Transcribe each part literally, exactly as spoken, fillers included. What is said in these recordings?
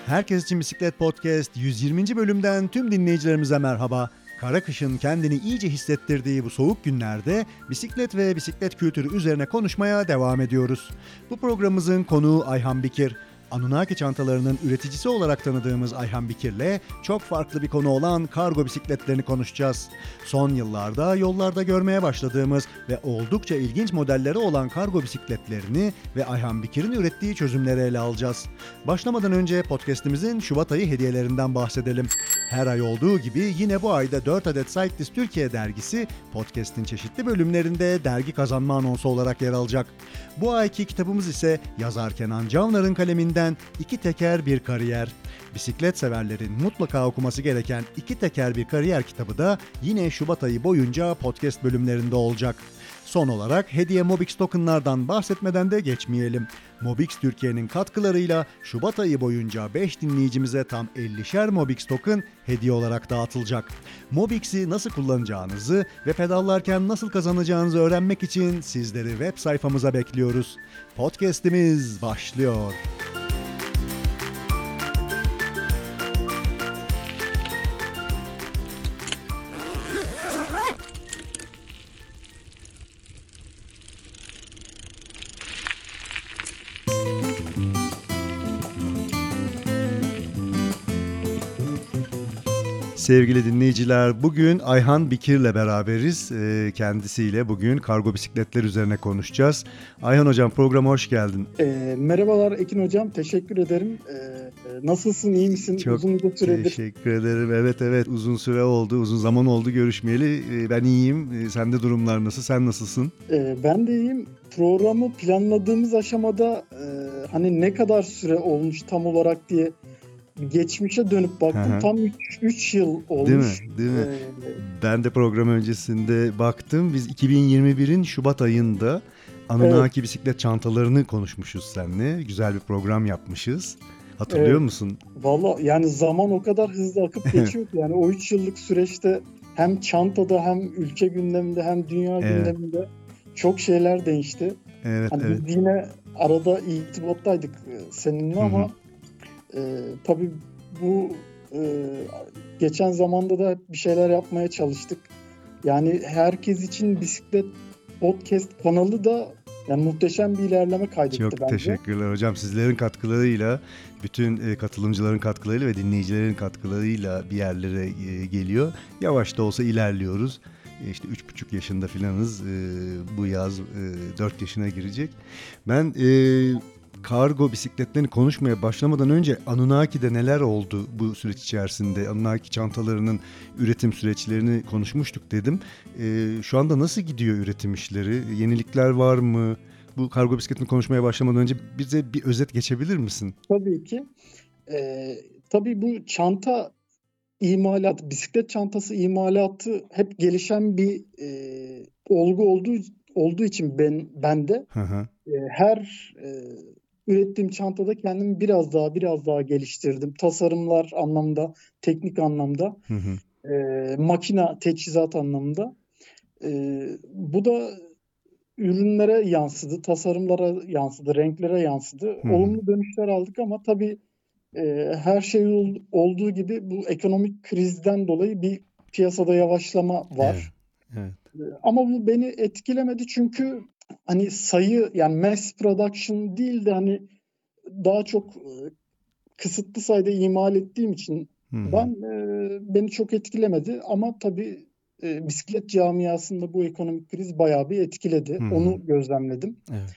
Herkes için Bisiklet Podcast yüz yirminci bölümden tüm dinleyicilerimize merhaba. Kara kışın kendini iyice hissettirdiği bu soğuk günlerde bisiklet ve bisiklet kültürü üzerine konuşmaya devam ediyoruz. Bu programımızın konuğu Ayhan Bikir. Anunnaki çantalarının üreticisi olarak tanıdığımız Ayhan Bikir'le çok farklı bir konu olan kargo bisikletlerini konuşacağız. Son yıllarda yollarda görmeye başladığımız ve oldukça ilginç modelleri olan kargo bisikletlerini ve Ayhan Bikir'in ürettiği çözümleri ele alacağız. Başlamadan önce podcast'imizin Şubat ayı hediyelerinden bahsedelim. Her ay olduğu gibi yine bu ayda dört adet Cyclist Türkiye dergisi podcast'in çeşitli bölümlerinde dergi kazanma anonsu olarak yer alacak. Bu ayki kitabımız ise yazar Kenan Canlar'ın kaleminden İki Teker Bir Kariyer. Bisiklet severlerin mutlaka okuması gereken İki Teker Bir Kariyer kitabı da yine Şubat ayı boyunca podcast bölümlerinde olacak. Son olarak hediye Mobix tokenlardan bahsetmeden de geçmeyelim. Mobix Türkiye'nin katkılarıyla Şubat ayı boyunca beş dinleyicimize tam ellişer Mobix token hediye olarak dağıtılacak. Mobix'i nasıl kullanacağınızı ve pedallarken nasıl kazanacağınızı öğrenmek için sizleri web sayfamıza bekliyoruz. Podcast'imiz başlıyor. Sevgili dinleyiciler, bugün Ayhan Bikir'le beraberiz. Kendisiyle bugün kargo bisikletler üzerine konuşacağız. Ayhan Hocam, programa hoş geldin. E, merhabalar Ekin Hocam, teşekkür ederim. E, nasılsın, iyi misin? Çok uzun bir süredir. Teşekkür ederim. Evet evet uzun süre oldu, uzun zaman oldu görüşmeyeli. Ben iyiyim. Sende durumlar nasıl? Sen nasılsın? E, ben de iyiyim. Programı planladığımız aşamada e, hani ne kadar süre olmuş tam olarak diye geçmişe dönüp baktım. Hı-hı. Tam üç yıl olmuş. Değil mi? Değil mi? Ee, ben de program öncesinde baktım. Biz iki bin yirmi birin Şubat ayında Anunnaki evet. bisiklet çantalarını konuşmuşuz seninle. Güzel bir program yapmışız. Hatırlıyor evet. musun? Vallahi yani zaman o kadar hızlı akıp geçiyor ki yani o üç yıllık süreçte hem çantada hem ülke gündeminde hem dünya evet. gündeminde çok şeyler değişti. Evet, hani evet. Biz yine arada irtibattaydık seninle Hı-hı. ama Ee, tabii bu e, geçen zamanda da bir şeyler yapmaya çalıştık. Yani herkes için bisiklet podcast kanalı da yani muhteşem bir ilerleme kaydetti Çok bence. Çok teşekkürler hocam. Sizlerin katkılarıyla, bütün e, katılımcıların katkılarıyla ve dinleyicilerin katkılarıyla bir yerlere e, geliyor. Yavaş da olsa ilerliyoruz. E, işte üç buçuk yaşında filanız. E, bu yaz e, dört yaşına girecek. Ben e, kargo bisikletlerini konuşmaya başlamadan önce Anunnaki'de neler oldu bu süreç içerisinde? Anunnaki çantalarının üretim süreçlerini konuşmuştuk dedim. Ee, şu anda nasıl gidiyor üretim işleri? Yenilikler var mı? Bu kargo bisikletini konuşmaya başlamadan önce bize bir özet geçebilir misin? Tabii ki. Ee, tabii bu çanta imalatı, bisiklet çantası imalatı hep gelişen bir e, olgu olduğu olduğu için ben ben de e, her e, ürettiğim çantada kendimi biraz daha biraz daha geliştirdim. Tasarımlar anlamda, teknik anlamda, hı hı. E, makina, teçhizat anlamında. E, bu da ürünlere yansıdı, tasarımlara yansıdı, renklere yansıdı. Hı hı. Olumlu dönüşler aldık ama tabii e, her şey ol, olduğu gibi bu ekonomik krizden dolayı bir piyasada yavaşlama var. Evet, evet. E, ama bu beni etkilemedi çünkü hani sayı yani mass production değil de hani daha çok e, kısıtlı sayıda imal ettiğim için hmm. ben e, beni çok etkilemedi ama tabii e, bisiklet camiasında bu ekonomik kriz bayağı bir etkiledi. Hmm. Onu gözlemledim. Evet.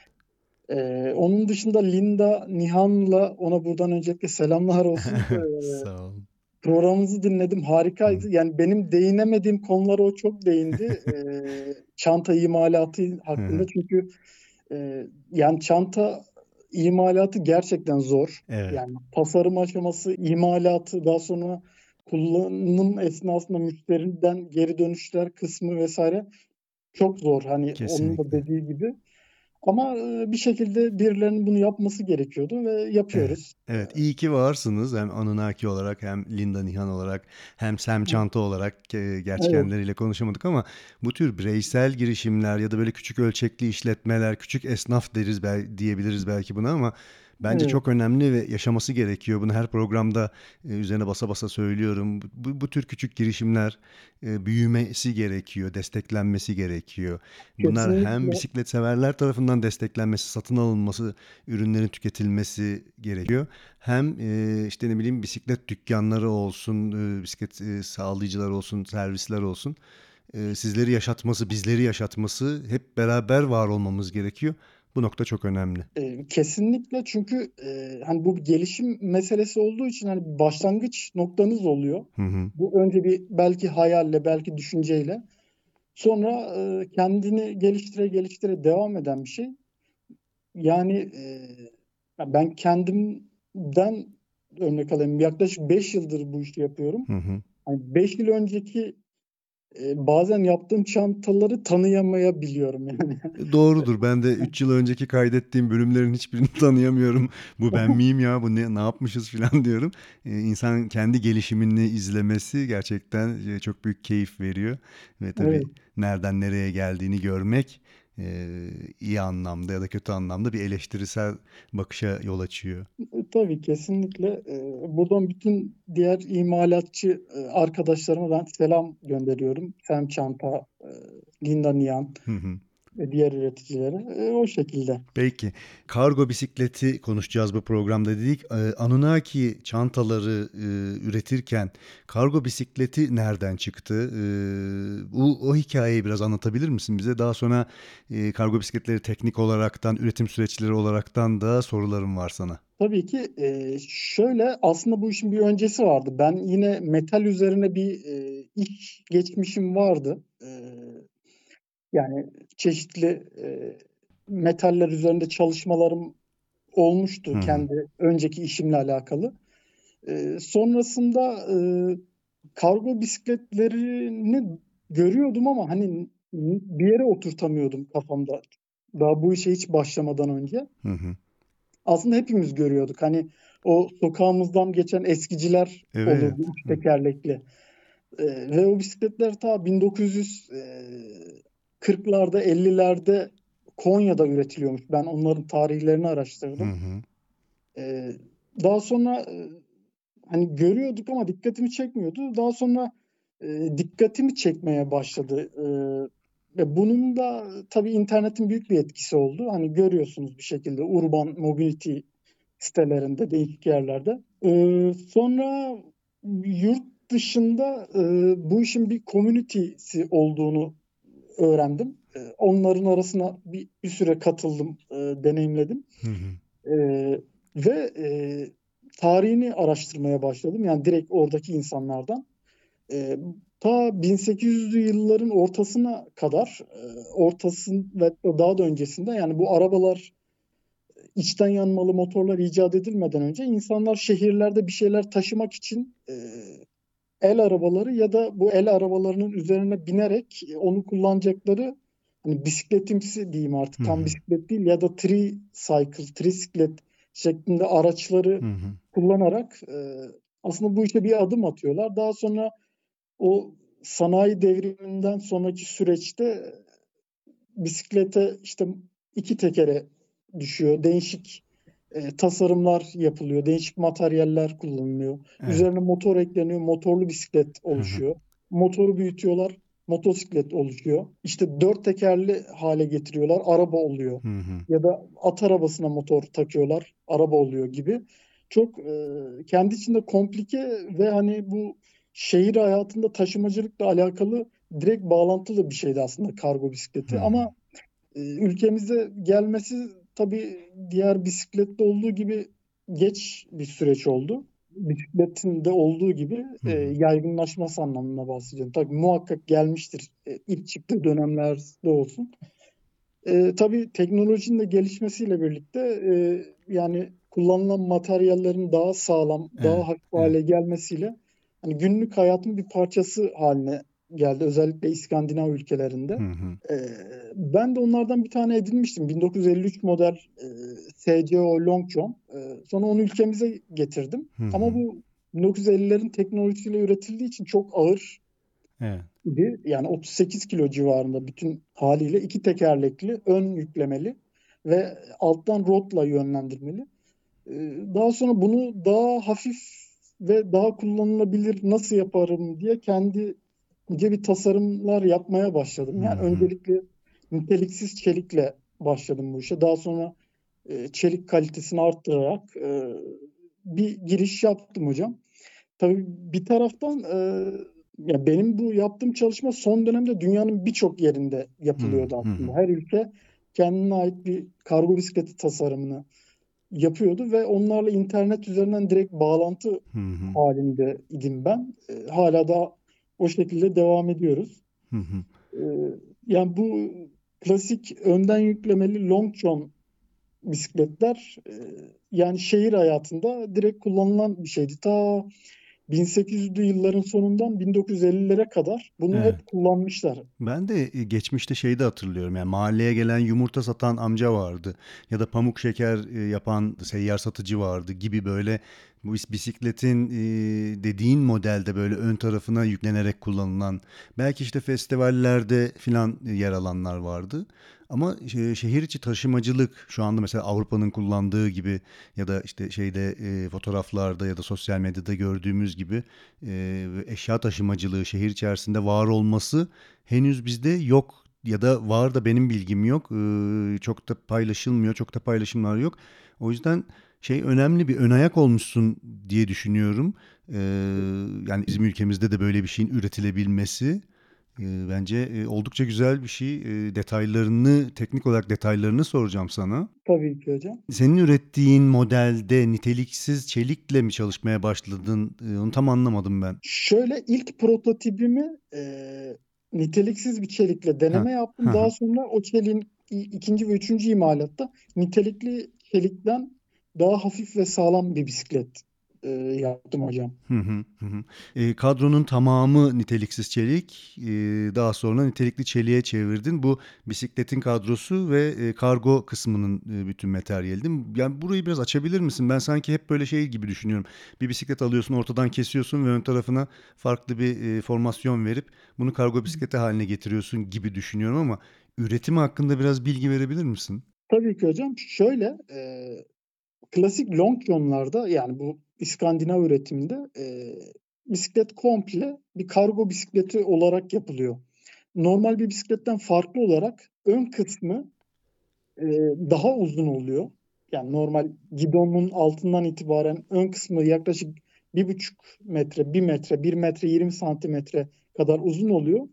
E, onun dışında Linda Nihan'la ona buradan öncelikle selamlar olsun. Sağ olun. Programımızı dinledim. Harikaydı. Hmm. Yani benim değinemediğim konulara o çok değindi. e, çanta imalatı hakkında çünkü e, yani çanta imalatı gerçekten zor. Evet. Yani tasarım aşaması, imalatı, daha sonra kullanım esnasında müşteriden geri dönüşler kısmı vesaire çok zor. Hani kesinlikle. Onun da dediği gibi. Ama bir şekilde birilerinin bunu yapması gerekiyordu ve yapıyoruz. Evet, evet. İyi ki varsınız. Hem Anunnaki olarak hem Linda Nihan olarak hem Sem Çanta olarak gerçi evet. kendileriyle konuşamadık ama bu tür bireysel girişimler ya da böyle küçük ölçekli işletmeler, küçük esnaf deriz diyebiliriz belki buna ama Bence Evet, çok önemli ve yaşaması gerekiyor. Bunu her programda e, üzerine basa basa söylüyorum. Bu, bu, bu tür küçük girişimler e, büyümesi gerekiyor, desteklenmesi gerekiyor. Bunlar hem kesinlikle. bisiklet severler tarafından desteklenmesi, satın alınması, ürünlerin tüketilmesi gerekiyor. Hem e, işte ne bileyim bisiklet dükkanları olsun, e, bisiklet e, sağlayıcılar olsun, servisler olsun. E, sizleri yaşatması, bizleri yaşatması, hep beraber var olmamız gerekiyor. Bu nokta çok önemli. Ee, kesinlikle, çünkü e, hani bu bir gelişim meselesi olduğu için hani başlangıç noktanız oluyor. Hı hı. Bu önce bir belki hayalle, belki düşünceyle, sonra e, kendini geliştire geliştire devam eden bir şey. Yani e, ya ben kendimden örnek alayım. Yaklaşık beş yıldır bu işi yapıyorum. Hı hı. Hani beş yıl önceki e, bazen yaptığım çantaları tanıyamayabiliyorum yani. Doğrudur. Ben de üç yıl önceki kaydettiğim bölümlerin hiçbirini tanıyamıyorum. Bu ben miyim ya? Bu ne, ne yapmışız falan diyorum. Ee, insan kendi gelişimini izlemesi gerçekten e, çok büyük keyif veriyor. Ve tabii Evet. nereden nereye geldiğini görmek e, iyi anlamda ya da kötü anlamda bir eleştirisel bakışa yol açıyor. E, Tabii, kesinlikle. E, Buradan bütün diğer imalatçı e, arkadaşlarıma ben selam gönderiyorum. Sem Çanta, e, Linda Nian Hı hı. ve diğer üreticilere. E, O şekilde. Peki. Kargo bisikleti konuşacağız bu programda dedik. Ee, Anunnaki çantaları e, üretirken kargo bisikleti nereden çıktı? Ee, bu, o hikayeyi biraz anlatabilir misin bize? Daha sonra e, kargo bisikletleri teknik olaraktan, üretim süreçleri olaraktan da sorularım var sana. Tabii ki, e, şöyle aslında bu işin bir öncesi vardı. Ben yine metal üzerine bir e, iş geçmişim vardı. E, Yani çeşitli e, metaller üzerinde çalışmalarım Hı olmuştu hı. kendi önceki işimle alakalı. E, sonrasında e, kargo bisikletlerini görüyordum ama hani bir yere oturtamıyordum kafamda. Daha bu işe hiç başlamadan önce. Hı hı. Aslında hepimiz görüyorduk. Hani o sokağımızdan geçen eskiciler Evet. olurdu, üç Hı tekerlekli. Ee, ve o bisikletler ta bin dokuz yüz kırklarda, ellilerde Konya'da üretiliyormuş. Ben onların tarihlerini hı. araştırdım. Hı. Ee, Daha sonra e, hani görüyorduk ama dikkatimi çekmiyordu. Daha sonra e, dikkatimi çekmeye başladı. Ee, ve bunun da tabii internetin büyük bir etkisi oldu. Hani görüyorsunuz bir şekilde urban mobility sitelerinde, değişik yerlerde. Ee, sonra yurt dışında e, bu işin bir community'si olduğunu öğrendim. Ee, onların arasına bir, bir süre katıldım, e, deneyimledim. Hı hı. Ee, Ve e, tarihini araştırmaya başladım. Yani direkt oradaki insanlardan. Ee, Ta bin sekiz yüzlü yılların ortasına kadar, e, ortasın ve daha da öncesinde, yani bu arabalar, içten yanmalı motorlar icat edilmeden önce insanlar şehirlerde bir şeyler taşımak için e, el arabaları ya da bu el arabalarının üzerine binerek e, onu kullanacakları, hani bisikletimsi diyeyim Hı artık, tam hı. bisiklet değil, ya da tricycle, trisiklet şeklinde araçları Hı hı. kullanarak e, aslında bu işe bir adım atıyorlar. Daha sonra o sanayi devriminden sonraki süreçte bisiklete işte iki tekere düşüyor. Değişik e, tasarımlar yapılıyor. Değişik materyaller kullanılıyor. Evet. Üzerine motor ekleniyor. Motorlu bisiklet Hı hı. oluşuyor. Motoru büyütüyorlar. Motosiklet oluşuyor. İşte dört tekerli hale getiriyorlar. Araba oluyor. Hı hı. Ya da at arabasına motor takıyorlar. Araba oluyor gibi. Çok e, kendi içinde komplike ve hani bu şehir hayatında taşımacılıkla alakalı direkt bağlantılı bir şeydi aslında kargo Hı bisikleti. hı. Ama e, ülkemize gelmesi tabii diğer bisiklette olduğu gibi geç bir süreç oldu. Bisikletin de olduğu gibi Hı e, hı. yaygınlaşması anlamında bahsediyorum. Tabii muhakkak gelmiştir, e, ilk çıktığı dönemlerde olsun. E, tabii teknolojinin de gelişmesiyle birlikte e, yani kullanılan materyallerin daha sağlam, Evet. daha hafif Evet. hale gelmesiyle hani günlük hayatın bir parçası haline geldi. Özellikle İskandinav ülkelerinde. Hı hı. E, Ben de onlardan bir tane edinmiştim. bin dokuz yüz elli üç model e, S C O Long John. E, sonra onu ülkemize getirdim. Hı Ama hı. bu bin dokuz yüz ellilerin teknolojisiyle üretildiği için çok ağır Evet. idi. Yani otuz sekiz kilo civarında bütün haliyle, iki tekerlekli, ön yüklemeli ve alttan rotla yönlendirmeli. Ee, Daha sonra bunu daha hafif ve daha kullanılabilir nasıl yaparım diye kendince bir tasarımlar yapmaya başladım. Hı Yani hı. öncelikle niteliksiz çelikle başladım bu işe. Daha sonra e, çelik kalitesini arttırarak e, bir giriş yaptım hocam. Tabii bir taraftan e, ya benim bu yaptığım çalışma son dönemde dünyanın birçok yerinde Hı yapılıyordu hı. Hı. aslında. Her ülke kendine ait bir kargo bisikleti tasarımını yapıyordu ve onlarla internet üzerinden direkt bağlantı Hı hı. halinde idim ben. E, hala da o şekilde devam ediyoruz. Hı hı. E, Yani bu klasik önden yüklemeli long john bisikletler e, yani şehir hayatında direkt kullanılan bir şeydi. Ta bin sekiz yüzlü yılların sonundan bin dokuz yüz ellilere kadar bunu Evet. hep kullanmışlar. Ben de e, geçmişte şeyi de hatırlıyorum. Yani mahalleye gelen yumurta satan amca vardı. Ya da pamuk şeker e, yapan seyyar satıcı vardı gibi böyle bu bis- bisikletin e, dediğin modelde böyle ön tarafına yüklenerek kullanılan belki işte festivallerde filan yer alanlar vardı. Ama şe- şehir içi taşımacılık şu anda mesela Avrupa'nın kullandığı gibi ya da işte şeyde e, fotoğraflarda ya da sosyal medyada gördüğümüz gibi e, eşya taşımacılığı şehir içerisinde var olması henüz bizde yok ya da var da benim bilgim yok. Ee, çok da paylaşılmıyor, çok da paylaşımlar yok. O yüzden şey önemli bir ön ayak olmuşsun diye düşünüyorum. Ee, Yani bizim ülkemizde de böyle bir şeyin üretilebilmesi e, bence e, oldukça güzel bir şey. E, detaylarını, teknik olarak detaylarını soracağım sana. Tabii ki hocam. Senin ürettiğin modelde niteliksiz çelikle mi çalışmaya başladın? E, onu tam anlamadım ben. Şöyle ilk prototipimi e, niteliksiz bir çelikle Ha, deneme ha, yaptım. Daha ha. sonra o çeliğin i- ikinci ve üçüncü imalatta nitelikli çelikten daha hafif ve sağlam bir bisiklet e, yaptım hocam. Hı hı, hı hı. Eee, kadronun tamamı niteliksiz çelik. Eee, daha sonra nitelikli çeliğe çevirdin. Bu bisikletin kadrosu ve eee, kargo kısmının eee, bütün materyali değil mi? Yani burayı biraz açabilir misin? Ben sanki hep böyle şey gibi düşünüyorum. Bir bisiklet alıyorsun, ortadan kesiyorsun ve ön tarafına farklı bir eee, formasyon verip bunu kargo bisikleti haline getiriyorsun gibi düşünüyorum ama üretimi hakkında biraz bilgi verebilir misin? Tabii ki hocam. Şöyle e, klasik long john'larda yani bu İskandinav üretiminde e, bisiklet komple bir kargo bisikleti olarak yapılıyor. Normal bir bisikletten farklı olarak ön kısmı e, daha uzun oluyor. Yani normal gidonun altından itibaren ön kısmı yaklaşık bir buçuk metre, bir metre, bir metre yirmi santimetre kadar uzun oluyor.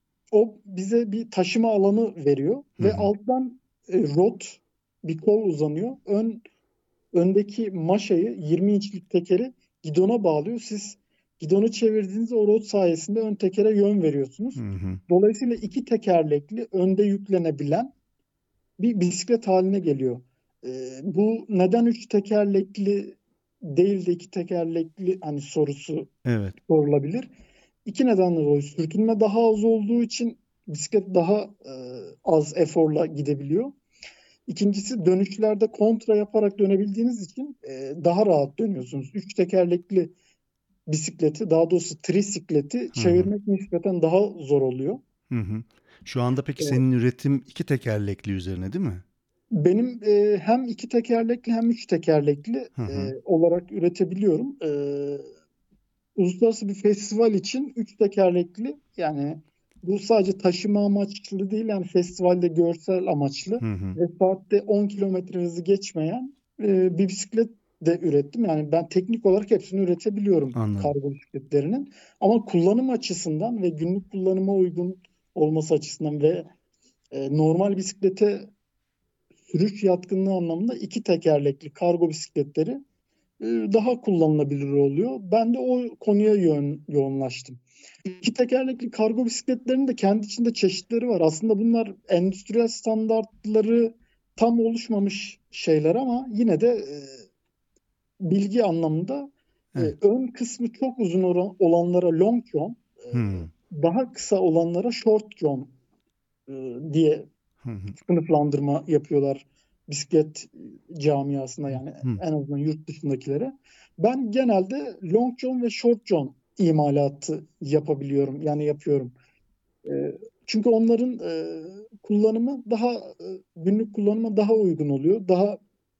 O bize bir taşıma alanı veriyor Hı ve hı. alttan e, rot bir kol uzanıyor. Ön öndeki maşayı yirmi inçlik tekeri gidona bağlıyor. Siz gidonu çevirdiğinizde o rot sayesinde ön tekere yön Hı veriyorsunuz. hı. Dolayısıyla iki tekerlekli önde yüklenebilen bir bisiklet haline geliyor. Ee, bu neden üç tekerlekli değil de iki tekerlekli hani sorusu Evet. sorulabilir. İki nedenle dolayı sürtünme daha az olduğu için bisiklet daha e, az eforla gidebiliyor. İkincisi dönüşlerde kontra yaparak dönebildiğiniz için e, daha rahat dönüyorsunuz. Üç tekerlekli bisikleti daha doğrusu trisikleti Hı hı. çevirmek nispeten daha zor oluyor. Hı hı. Şu anda peki E, senin üretim iki tekerlekli üzerine değil mi? Benim e, hem iki tekerlekli hem üç tekerlekli Hı e, hı. olarak üretebiliyorum. E, uluslararası bir festival için üç tekerlekli yani bu sadece taşıma amaçlı değil yani festivalde görsel amaçlı Hı hı. ve saatte on kilometre hızı geçmeyen e, bir bisiklet de ürettim. Yani ben teknik olarak hepsini üretebiliyorum Anladım. kargo bisikletlerinin. Ama kullanım açısından ve günlük kullanıma uygun olması açısından ve e, normal bisiklete sürüş yatkınlığı anlamında iki tekerlekli kargo bisikletleri e, daha kullanılabilir oluyor. Ben de o konuya yön, yoğunlaştım. İki tekerlekli kargo bisikletlerinin de kendi içinde çeşitleri var. Aslında bunlar endüstriyel standartları tam oluşmamış şeyler ama yine de e, bilgi anlamında e, Evet. ön kısmı çok uzun oran- olanlara long john, e, Hı. daha kısa olanlara short john e, diye Hı hı. sınıflandırma yapıyorlar bisiklet camiasında yani Hı. en azından yurt dışındakilere. Ben genelde long john ve short john imalatı yapabiliyorum yani yapıyorum. E, Çünkü onların e, kullanımı daha e, günlük kullanıma daha uygun oluyor. Daha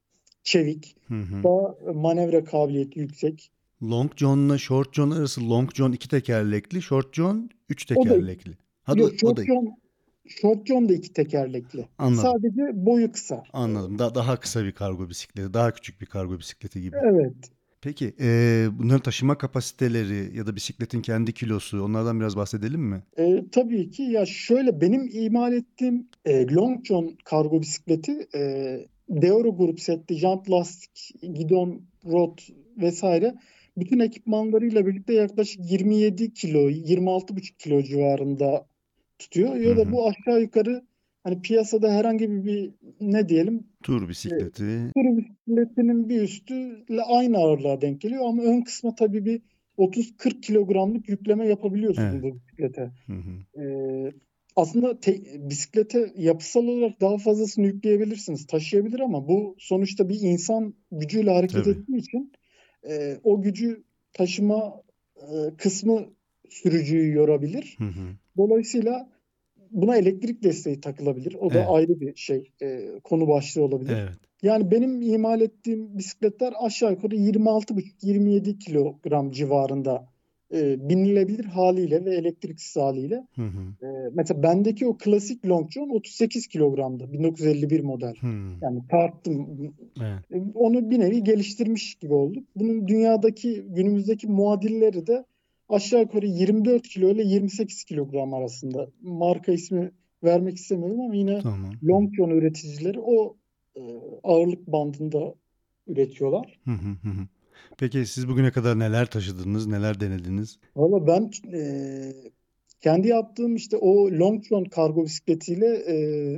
çevik, Hı hı. daha manevra kabiliyeti yüksek. Long John'la Short John arası, Long John iki tekerlekli, Short John üç O da tekerlekli. Hadi o, yok, o da Short John Short John da iki tekerlekli. anladım. Sadece boyu kısa. Ee, Anladım. Da, daha kısa bir kargo bisikleti, daha küçük bir kargo bisikleti gibi. Evet. Peki, eee, bunların taşıma kapasiteleri ya da bisikletin kendi kilosu, onlardan biraz bahsedelim mi? Ee, tabii ki ya şöyle benim imal ettiğim e, Long John kargo bisikleti e, Deoro grup setli jant, lastik, gidon, rot vesaire bütün ekipmanlarıyla birlikte yaklaşık yirmi yedi kilo, yirmi altı buçuk kilo civarında tutuyor. Hı Ya da hı. bu aşağı yukarı hani piyasada herhangi bir, bir ne diyelim Tur e, bisikleti. tur bisikletinin bir üstüyle aynı ağırlığa denk geliyor ama ön kısma tabii bir otuz kırk kilogramlık yükleme yapabiliyorsun Evet. bu bisiklete. Hı hı. Ee, aslında te- bisiklete yapısal olarak daha fazlasını yükleyebilirsiniz, taşıyabilir ama bu sonuçta bir insan gücüyle hareket Tabii. ettiği için e, o gücü taşıma e, kısmı sürücüyü yorabilir. Hı hı. Dolayısıyla buna elektrik desteği takılabilir. O da Evet. ayrı bir şey, e, konu başlığı olabilir. Evet. Yani benim imal ettiğim bisikletler aşağı yukarı yirmi altı buçuk yirmi yedi kilogram civarında e, binilebilir haliyle ve elektriksiz haliyle. Hı hı. E, mesela bendeki o klasik Long John otuz sekiz kilogramdı. bin dokuz yüz elli bir model. Hı. Yani tarttım. Evet. E, Onu bir nevi geliştirmiş gibi olduk. Bunun dünyadaki günümüzdeki muadilleri de aşağı yukarı yirmi dört kilo ile yirmi sekiz kilogram arasında. Marka ismi vermek istemiyorum ama yine Tamam. Hı hı. Long John üreticileri o e, ağırlık bandında üretiyorlar. Hı hı. Hı hı. Peki siz bugüne kadar neler taşıdınız, neler denediniz? Valla ben e, kendi yaptığım işte o Long John kargo bisikletiyle e,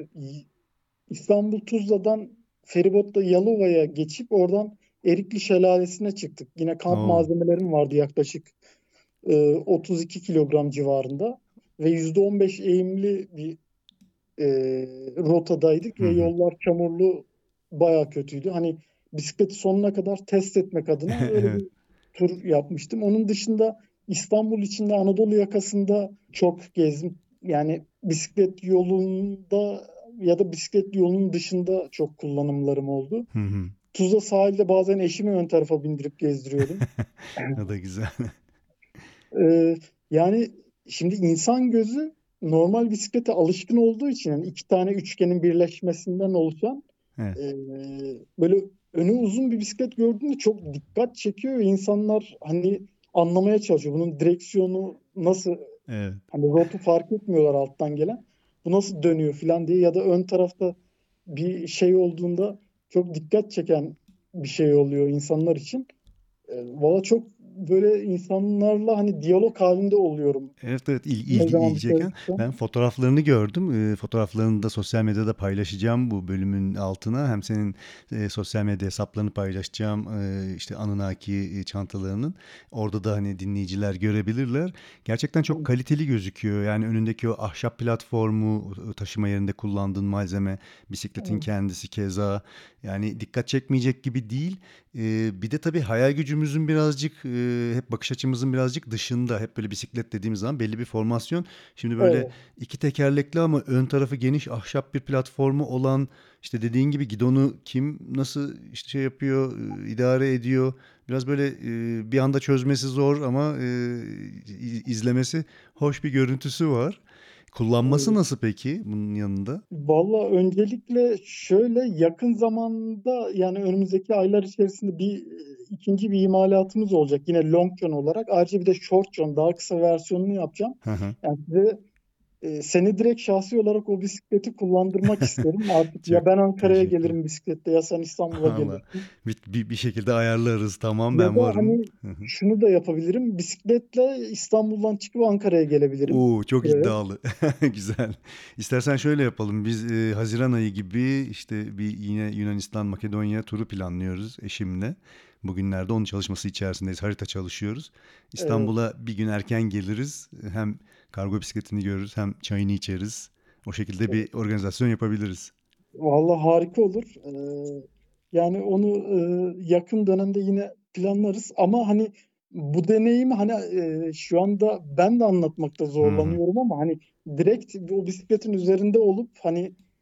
İstanbul Tuzla'dan feribotla Yalova'ya geçip oradan Erikli Şelalesi'ne çıktık. Yine kamp Oo. malzemelerim vardı yaklaşık e, otuz iki kilogram civarında ve yüzde on beş eğimli bir e, rotadaydık Hı ve hı. yollar çamurlu, bayağı kötüydü. Hani bisikleti sonuna kadar test etmek adına öyle Evet. bir tur yapmıştım. Onun dışında İstanbul içinde Anadolu yakasında çok gezdim. Yani bisiklet yolunda ya da bisiklet yolunun dışında çok kullanımlarım oldu. Hı hı. Tuzla sahilde bazen eşimi ön tarafa bindirip gezdiriyordum. O da güzel. Ee, yani şimdi insan gözü normal bisiklete alışkın olduğu için yani iki tane üçgenin birleşmesinden oluşan Evet. e, böyle önü uzun bir bisiklet gördüğünde çok dikkat çekiyor ve insanlar hani anlamaya çalışıyor. Bunun direksiyonu nasıl, Evet. hani rotu fark etmiyorlar alttan gelen. Bu nasıl dönüyor falan diye ya da ön tarafta bir şey olduğunda çok dikkat çeken bir şey oluyor insanlar için. E, valla çok böyle insanlarla hani diyalog halinde oluyorum. Evet, evet, il- Ne ilgi, zaman ilgi dışarı çeken. çıksam. Ben fotoğraflarını gördüm. Ee, fotoğraflarını da sosyal medyada paylaşacağım bu bölümün altına. Hem senin e, sosyal medya hesaplarını paylaşacağım. E, işte Anunnaki e, çantalarının. Orada da hani dinleyiciler görebilirler. Gerçekten çok kaliteli gözüküyor. Yani önündeki o ahşap platformu, o taşıma yerinde kullandığın malzeme, bisikletin kendisi keza. Yani dikkat çekmeyecek gibi değil. Ee, bir de tabii hayal gücümüzün birazcık, e, hep bakış açımızın birazcık dışında. Hep böyle bisiklet dediğimiz zaman belli bir formasyon. Şimdi böyle Evet. iki tekerlekli ama ön tarafı geniş ahşap bir platformu olan, işte dediğin gibi gidonu kim nasıl işte şey yapıyor, e, idare ediyor. Biraz böyle e, bir anda çözmesi zor ama e, i- izlemesi hoş bir görüntüsü var. Kullanması Evet. nasıl peki bunun yanında? Valla öncelikle şöyle yakın zamanda yani önümüzdeki aylar içerisinde bir e, ikinci bir imalatımız olacak. Yine long john olarak. Ayrıca bir de short john daha kısa versiyonunu yapacağım. Hı hı. Yani size e, seni direkt şahsi olarak o bisikleti kullandırmak isterim. Artık Çok ya ben Ankara'ya teşekkür. gelirim bisikletle ya sen İstanbul'a Allah. gelirsin. Bir, bir, bir şekilde ayarlarız. Tamam, Ya ben da varım. hani Hı hı. şunu da yapabilirim. Bisikletle İstanbul'dan çıkıp Ankara'ya gelebilirim. Oo, çok Evet. iddialı. Güzel. İstersen şöyle yapalım. Biz e, Haziran ayı gibi işte bir yine Yunanistan, Makedonya turu planlıyoruz eşimle. Bugünlerde onun çalışması içerisindeyiz. Harita çalışıyoruz. Evet. İstanbul'a bir gün erken geliriz. Hem kargo bisikletini görürüz hem çayını içeriz. O şekilde bir organizasyon yapabiliriz. Vallahi harika olur. Ee, yani onu e, yakın dönemde yine planlarız. Ama hani bu deneyimi hani e, şu anda ben de anlatmakta Hı hı. zorlanıyorum ama hani direkt o bisikletin üzerinde olup hani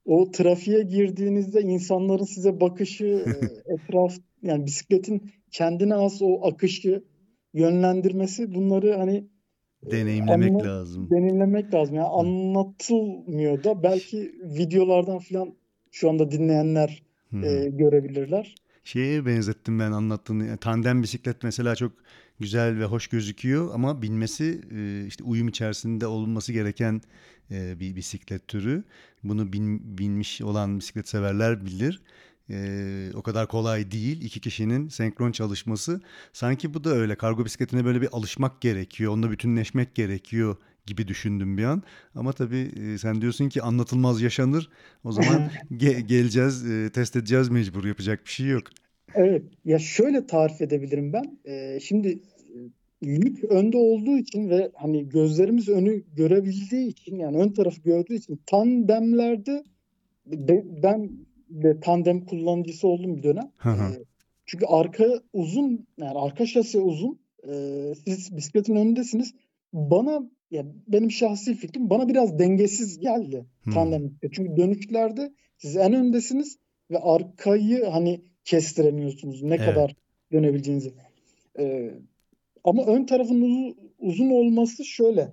o trafiğe girdiğinizde insanların size bakışı, e, etraf yani bisikletin kendine has o akışı yönlendirmesi bunları hani e, Deneyimlemek anla, lazım. deneyimlemek lazım. Yani Hı. anlatılmıyor da belki videolardan falan şu anda dinleyenler Hı hı. e, görebilirler. Şeye benzettim ben anlattığını. Yani tandem bisiklet mesela çok güzel ve hoş gözüküyor ama binmesi e, işte uyum içerisinde olunması gereken e, bir bisiklet türü. Bunu bin, binmiş olan bisiklet severler bilir. E, o kadar kolay değil. İki kişinin senkron çalışması. Sanki bu da öyle. Kargo bisikletine böyle bir alışmak gerekiyor. Onunla bütünleşmek gerekiyor gibi düşündüm bir an. Ama tabii e, sen diyorsun ki anlatılmaz yaşanır. O zaman ge- geleceğiz, e, test edeceğiz mecbur. Yapacak bir şey yok. Evet, ya şöyle tarif edebilirim ben. Ee, şimdi e, yük önde olduğu için ve hani gözlerimiz önü görebildiği için yani ön tarafı gördüğü için tandemlerde de- ben de tandem kullanıcısı oldum bir dönem. Hı hı. Ee, çünkü arka uzun yani arka şasi uzun. Ee, siz bisikletin önündesiniz. Bana ya benim şahsi fikrim bana biraz dengesiz geldi Hmm. tandem bisiklet. Çünkü dönüşlerde siz en öndesiniz ve arkayı hani kestiremiyorsunuz ne Evet. kadar dönebileceğinizi. Ee, ama ön tarafın uzun, uzun olması şöyle.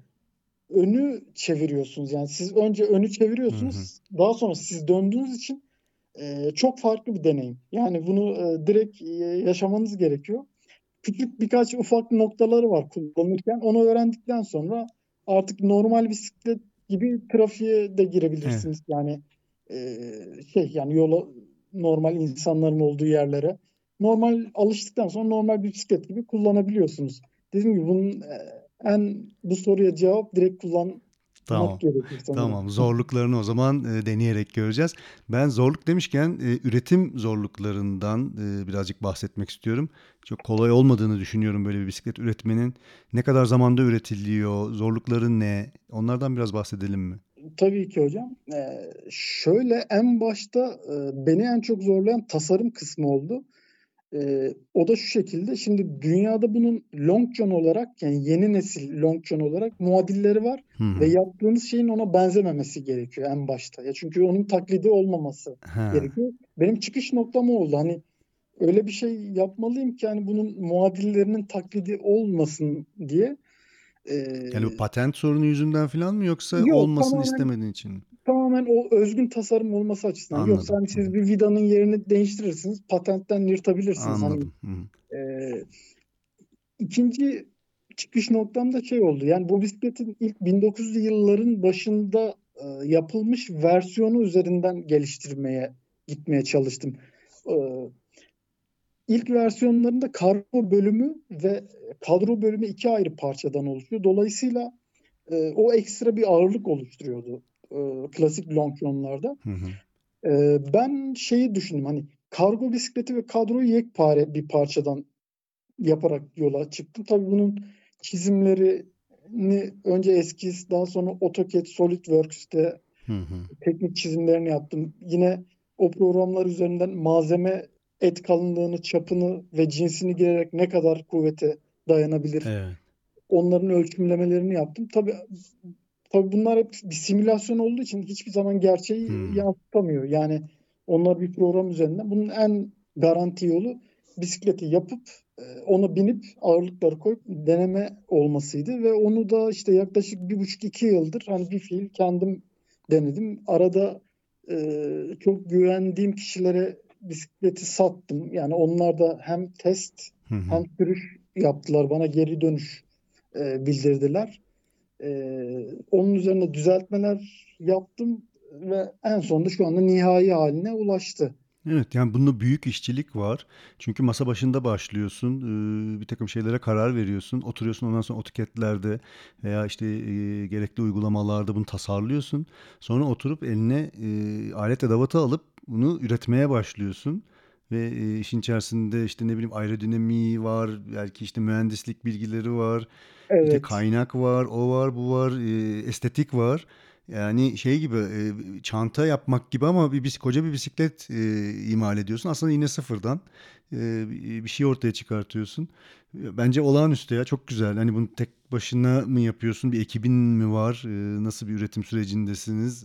Önü çeviriyorsunuz. Yani siz önce önü Hı hı. çeviriyorsunuz. Daha sonra siz döndüğünüz için e, çok farklı bir deneyim. Yani bunu e, direkt e, yaşamanız gerekiyor. Küçük birkaç ufak noktaları var kullanırken. Onu öğrendikten sonra artık normal bisiklet gibi trafiğe de Evet. girebilirsiniz. Yani e, şey yani yola normal insanların olduğu yerlere normal alıştıktan sonra normal bir bisiklet gibi kullanabiliyorsunuz. Dediğim gibi bunun e, en bu soruya cevap direkt kullanmak Tamam. gerekir sanırım. Tamam. Zorluklarını o zaman e, deneyerek göreceğiz. Ben zorluk demişken e, üretim zorluklarından e, birazcık bahsetmek istiyorum. Çok kolay olmadığını düşünüyorum böyle bir bisiklet üretmenin. Ne kadar zamanda üretiliyor? Zorlukları ne? Onlardan biraz bahsedelim mi? Tabii ki hocam. Ee, şöyle en başta e, beni en çok zorlayan tasarım kısmı oldu. Ee, o da şu şekilde. Şimdi dünyada bunun long john olarak yani yeni nesil long john olarak muadilleri var Hı ve hı. yaptığınız şeyin ona benzememesi gerekiyor en başta. Ya çünkü onun taklidi olmaması Ha. gerekiyor. Benim çıkış noktam o oldu. Hani öyle bir şey yapmalıyım ki hani bunun muadillerinin taklidi olmasın diye. Yani bu Ee, patent sorunu yüzünden falan mı yoksa yok olmasını tamamen istemediğin için mi? tamamen o özgün tasarım olması açısından. Yoksa Anladım. hani Hı hı. siz bir vidanın yerini değiştirirsiniz, patentten yırtabilirsiniz. Hani Anladım. Hı hı. e, ikinci çıkış noktam da şey oldu. Yani bu bisikletin ilk bin dokuz yüzlü yılların başında e, yapılmış versiyonu üzerinden geliştirmeye gitmeye çalıştım. E, ilk versiyonlarında kargo bölümü ve kadro bölümü iki ayrı parçadan oluşuyor. Dolayısıyla e, o ekstra bir ağırlık oluşturuyordu e, klasik longionlarda. Hı hı. Ee, ben şeyi düşündüm hani kargo bisikleti ve kadroyu yekpare bir parçadan yaparak yola çıktım. Tabii bunun çizimlerini önce eskiz daha sonra AutoCAD, SolidWorks'te Hı hı. teknik çizimlerini yaptım. Yine o programlar üzerinden malzeme et kalınlığını, çapını ve cinsini girerek ne kadar kuvvete dayanabilir Evet. onların ölçümlemelerini yaptım. Tabii Tabii bunlar hep bir simülasyon olduğu için hiçbir zaman gerçeği Hı. yansıtamıyor. Yani onlar bir program üzerinden. Bunun en garanti yolu bisikleti yapıp e, ona binip ağırlıkları koyup deneme olmasıydı ve onu da işte yaklaşık bir buçuk iki yıldır hani bir fiil kendim denedim. Arada e, çok güvendiğim kişilere bisikleti sattım. Yani onlar da hem test Hı hı. hem sürüş yaptılar. Bana geri dönüş e, bildirdiler. Ee, onun üzerine düzeltmeler yaptım ve en sonunda şu anda nihai haline ulaştı. Evet, yani bunda büyük işçilik var. Çünkü masa başında başlıyorsun, eee, bir takım şeylere karar veriyorsun, oturuyorsun ondan sonra AutoCAD'lerde veya işte eee, gerekli uygulamalarda bunu tasarlıyorsun. Sonra oturup eline eee, alet edevatı alıp bunu üretmeye başlıyorsun. Ve eee, işin içerisinde işte ne bileyim aerodinamiği var, belki işte mühendislik bilgileri var, işte Evet, kaynak var, o var, bu var, eee, estetik var. Yani şey gibi e, çanta yapmak gibi ama bir bis- koca bir bisiklet e, imal ediyorsun. Aslında yine sıfırdan e, bir bir şey ortaya çıkartıyorsun. E, Bence olağanüstü ya çok güzel. Hani bunu tek başına mı yapıyorsun? Bir ekibin mi var? E, nasıl bir üretim sürecindesiniz?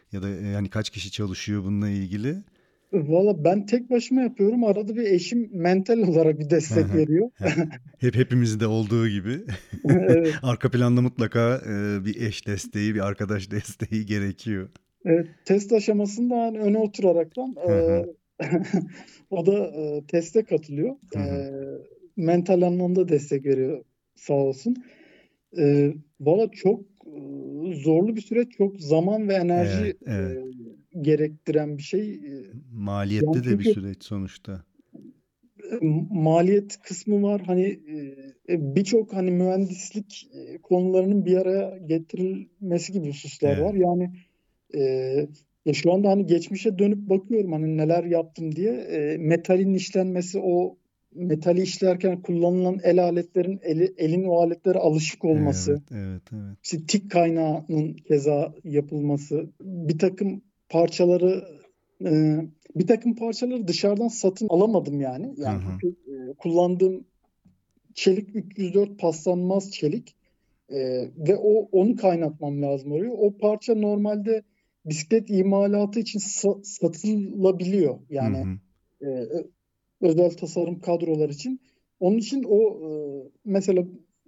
Ya da e, hani kaç kişi çalışıyor bununla ilgili? Valla ben tek başıma yapıyorum. Arada bir eşim mental olarak bir Hı destek hı. veriyor. He- Hep hepimizde olduğu gibi. Evet, Arka planda mutlaka e, bir eş desteği, bir arkadaş desteği gerekiyor. evet. Test aşamasında hani öne oturaraktan Hı hı, e, o da e, teste katılıyor. hı hı. E, mental anlamda destek veriyor sağ olsun. E, Valla çok e, zorlu bir süreç, çok zaman ve Evet, enerji e, evet. gerektiren bir şey. E, yani Maliyetli de bir çünkü süreç sonuçta. maliyet kısmı var. Hani e, birçok hani mühendislik e, konularının bir araya getirilmesi gibi hususlar Evet. var. Yani e, ya şu anda hani geçmişe dönüp bakıyorum hani neler yaptım diye. E, metalin işlenmesi, o metali işlerken kullanılan el aletlerin eli, elin o aletlere alışık Evet, olması, evet, evet. işte tik kaynağının keza yapılması, bir takım parçaları e, bir takım parçaları dışarıdan satın alamadım yani. Hı Yani hı. çünkü e, kullandığım çelik üç yüz dört paslanmaz çelik. E, ve o onu kaynatmam lazım oraya. O parça normalde bisiklet imalatı için sa- satılabiliyor. Hı Yani hı. e, özel tasarım kadrolar için. Onun için o e, mesela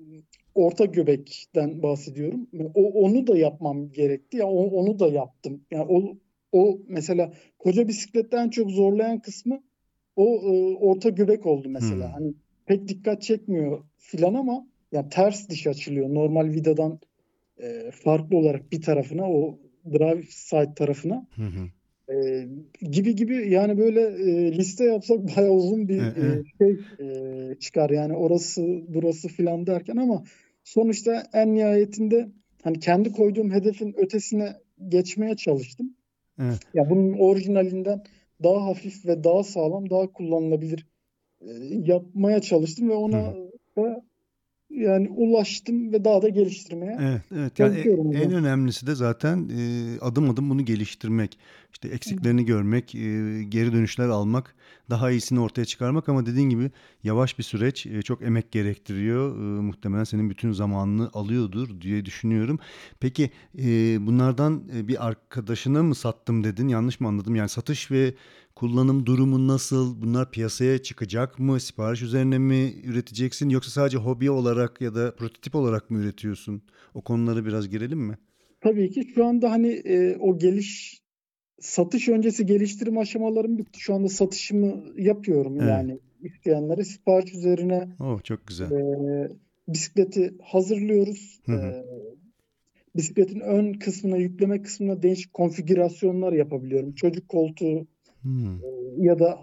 orta göbekten bahsediyorum. O onu da yapmam gerekti. Ya o- onu da yaptım. Yani o o mesela koca bisiklette en çok zorlayan kısmı o e, orta göbek oldu Hı. mesela. Hani pek dikkat çekmiyor filan ama yani ters diş açılıyor. Normal vidadan e, farklı olarak bir tarafına, o drive side tarafına Hı hı. ee, gibi gibi yani böyle e, liste yapsak bayağı uzun E, bir e. e, şey e, çıkar yani orası burası filan derken ama sonuçta en nihayetinde hani kendi koyduğum hedefin ötesine geçmeye çalıştım. Evet. Ya bunun orijinalinden daha hafif ve daha sağlam, daha kullanılabilir e, yapmaya çalıştım ve Hı ona hı. da yani ulaştım ve daha da geliştirmeye Evet, evet. Yani e- çalışıyorum en hocam. önemlisi de zaten e, adım adım bunu geliştirmek. İşte eksiklerini görmek, e, geri dönüşler almak, daha iyisini ortaya çıkarmak ama dediğin gibi yavaş bir süreç, e, çok emek gerektiriyor. E, muhtemelen senin bütün zamanını alıyordur diye düşünüyorum. Peki e, bunlardan e, bir arkadaşına mı sattım dedin? Yanlış mı anladım? Yani satış ve kullanım durumu nasıl? Bunlar piyasaya çıkacak mı? Sipariş üzerine mi üreteceksin yoksa sadece hobi olarak ya da prototip olarak mı üretiyorsun? O konulara biraz girelim mi? Tabii ki şu anda hani e, o geliş satış öncesi geliştirme aşamalarım bitti. Şu anda satışımı yapıyorum Evet. yani isteyenlere sipariş üzerine Oh, çok e, güzel. bisikleti hazırlıyoruz. Hı hı. E, bisikletin ön kısmına, yükleme kısmına değişik konfigürasyonlar yapabiliyorum. Çocuk koltuğu Hmm. e, ya da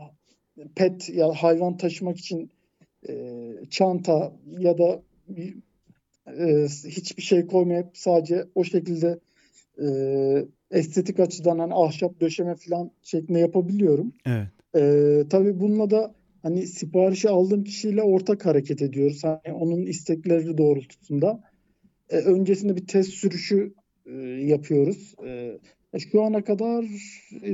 pet ya hayvan taşımak için e, çanta ya da e, hiçbir şey koymayıp sadece o şekilde e, estetik açıdan hani ahşap döşeme falan şeklinde yapabiliyorum. Evet. E, tabii bununla da hani siparişi aldığım kişiyle ortak hareket ediyoruz. Hani onun istekleri doğrultusunda. E, öncesinde bir test sürüşü e, yapıyoruz. E, şu ana kadar e,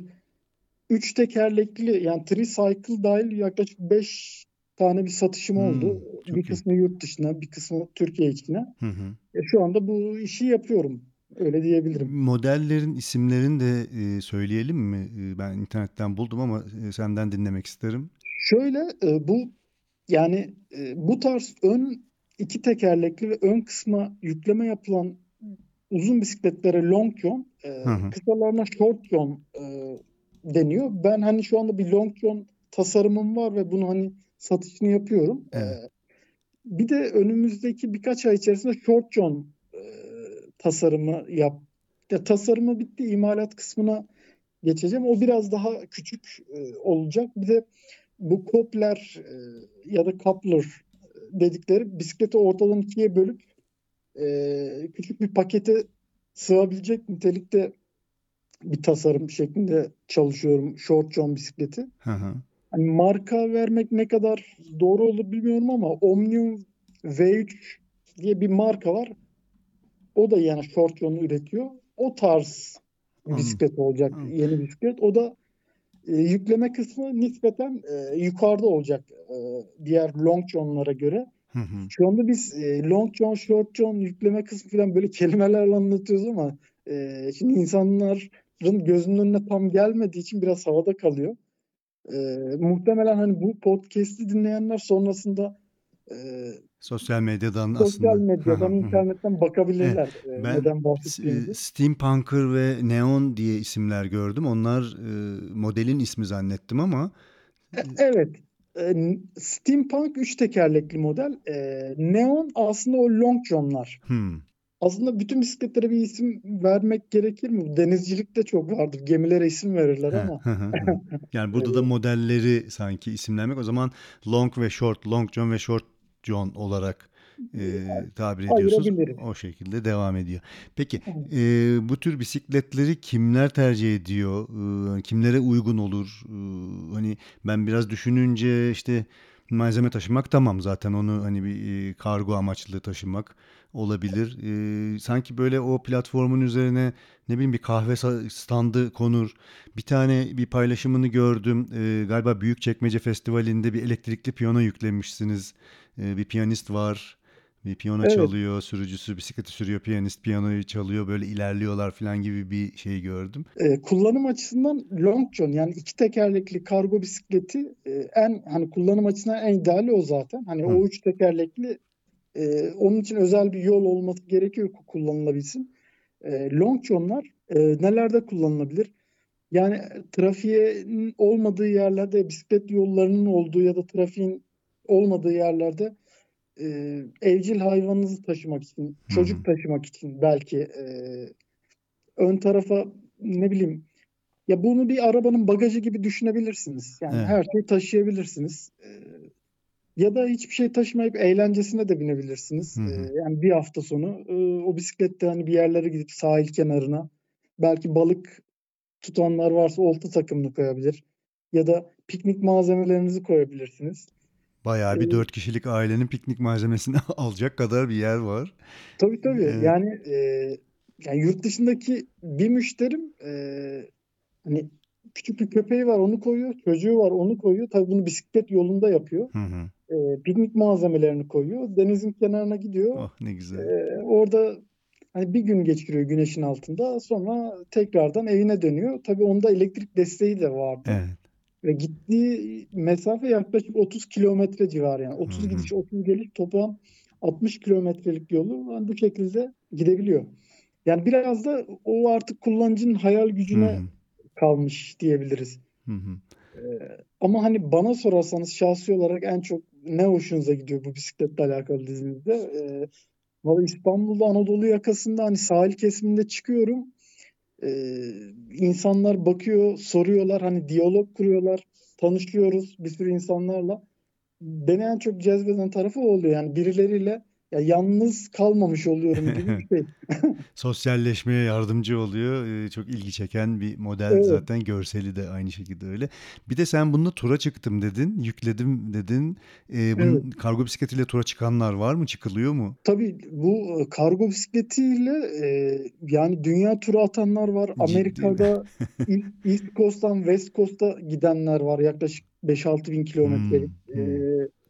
üç tekerlekli yani tricycle dahil yaklaşık beş tane bir satışım oldu. Hmm. Bir Çok iyi. kısmı yurt dışına, bir kısmı Türkiye içine. Hı hı. E, şu anda bu işi yapıyorum. Öyle diyebilirim. Modellerin isimlerini de e, söyleyelim mi? E, ben internetten buldum ama e, senden dinlemek isterim. Şöyle e, bu yani e, bu tarz ön iki tekerlekli ve ön kısma yükleme yapılan uzun bisikletlere long john, Hı e, hı. kısalarına short john e, deniyor. Ben hani şu anda bir long john tasarımım var ve bunu hani satışını yapıyorum. E, Evet. bir de önümüzdeki birkaç ay içerisinde short john e, tasarımı yap. Ya, tasarımı bitti, imalat kısmına geçeceğim. O biraz daha küçük e, olacak. Bir de bu kopler e, ya da coupler dedikleri bisikleti ortadan ikiye bölüp e, küçük bir pakete sığabilecek nitelikte bir tasarım şeklinde çalışıyorum short john bisikleti. Hı hı. Hani marka vermek ne kadar doğru olur bilmiyorum ama Omnium V üç diye bir marka var. O da yani short john üretiyor. O tarz bir Anladım. bisiklet olacak, Anladım. yeni bisiklet. O da e, yükleme kısmı nispeten e, yukarıda olacak e, diğer long john'lara göre. Hı hı. Şu anda biz e, long john, short john yükleme kısmı falan böyle kelimelerle anlatıyoruz ama Eee, şimdi insanların gözünün önüne tam gelmediği için biraz havada kalıyor. Eee, muhtemelen hani bu podcast'i dinleyenler sonrasında eee, Sosyal medyadan sosyal aslında. Hı hı, medyadan, hı hı. internetten Evet, bakabilirler eee, ben neden s- e, bahsettiğimizi. Steampunker ve Neon diye isimler gördüm. Onlar e, modelin ismi zannettim ama E- Evet. Eee, Steampunk üç tekerlekli model. Eee, Neon aslında o Long John'lar. hmm. Aslında bütün bisikletlere bir isim vermek gerekir mi? Denizcilikte çok vardır. Gemilere isim verirler He, ama hı hı hı. Yani burada da eee, modelleri sanki isimlenmek. O zaman Long ve Short, Long John ve Short John olarak e, tabir ediyorsunuz. ayırabiliriz. O şekilde devam ediyor. Peki e, bu tür bisikletleri kimler tercih ediyor? E, kimlere uygun olur? E, hani ben biraz düşününce işte malzeme taşımak tamam, zaten onu hani bir e, kargo amaçlı taşımak olabilir. E, sanki böyle o platformun üzerine ne bileyim bir kahve sa- standı konur. Bir tane bir paylaşımını gördüm. Ee, galiba Büyükçekmece Festivali'nde bir elektrikli piyano yüklemişsiniz. Ee, bir piyanist var. Bir piyano Evet. çalıyor. Sürücüsü bisikleti sürüyor. Piyanist piyanoyu çalıyor. Böyle ilerliyorlar falan gibi bir şey gördüm. E, kullanım açısından Long John yani iki tekerlekli kargo bisikleti e, en hani kullanım açısından en ideali o zaten. Hani Hı. o üç tekerlekli e, onun için özel bir yol olması gerekiyor ki kullanılabilsin. E, Long John'lar e, nelerde kullanılabilir? Yani trafiğin olmadığı yerlerde, bisiklet yollarının olduğu ya da trafiğin olmadığı yerlerde e, evcil hayvanınızı taşımak için, Hı hı. çocuk taşımak için belki e, ön tarafa ne bileyim ya bunu bir arabanın bagajı gibi düşünebilirsiniz. Yani Evet. her şeyi taşıyabilirsiniz. Ee, ya da hiçbir şey taşımayıp eğlencesine de binebilirsiniz. Hı Ee, hı. yani bir hafta sonu e, o bisiklette hani bir yerlere gidip sahil kenarına belki balık tutanlar varsa olta takımını koyabilir. Ya da piknik malzemelerinizi koyabilirsiniz. Ee, Bayağı bir dört kişilik ailenin piknik malzemesini alacak kadar bir yer var. tabii tabii Evet. yani e, yani yurt dışındaki bir müşterim e, hani küçük bir köpeği var onu koyuyor, çocuğu var onu koyuyor. Tabii bunu bisiklet yolunda yapıyor. Hı hı. E, piknik malzemelerini koyuyor. Denizin kenarına gidiyor. Oh ne E, güzel. orada hani bir gün geçiriyor güneşin altında. Sonra tekrardan evine dönüyor. Tabii onda elektrik desteği de vardı. Evet. Ve gittiği mesafe yaklaşık otuz kilometre civarı yani. Hı otuz hı. gidiş otuz geliş toplam altmış kilometrelik yolu yani bu şekilde gidebiliyor. Yani biraz da o artık kullanıcının hayal Hı gücüne hı. kalmış diyebiliriz. Hı hı. Ama hani bana sorarsanız şahsi olarak en çok ne hoşunuza gidiyor bu bisikletle alakalı dizinizde? Ee, valla İstanbul'da Anadolu yakasında hani sahil kesiminde çıkıyorum. Ee, insanlar bakıyor, soruyorlar, hani diyalog kuruyorlar, tanışıyoruz bir sürü insanlarla. Beni en çok cezbeden tarafı o oluyor. Yani birileriyle ya yalnız kalmamış oluyorum gibi bir şey. Sosyalleşmeye yardımcı oluyor. Ee, çok ilgi çeken bir model, Evet, zaten görseli de aynı şekilde öyle. Bir de sen bununla tura çıktım dedin, yükledim dedin. Ee, evet. bunun kargo bisikletiyle tura çıkanlar var mı? Çıkılıyor mu? Tabii bu e, kargo bisikletiyle e, yani dünya turu atanlar var. Ciddi mi? Amerika'da East, East Coast'tan West Coast'a gidenler var. Yaklaşık beş altı bin kilometrelik. Hmm, E, hmm.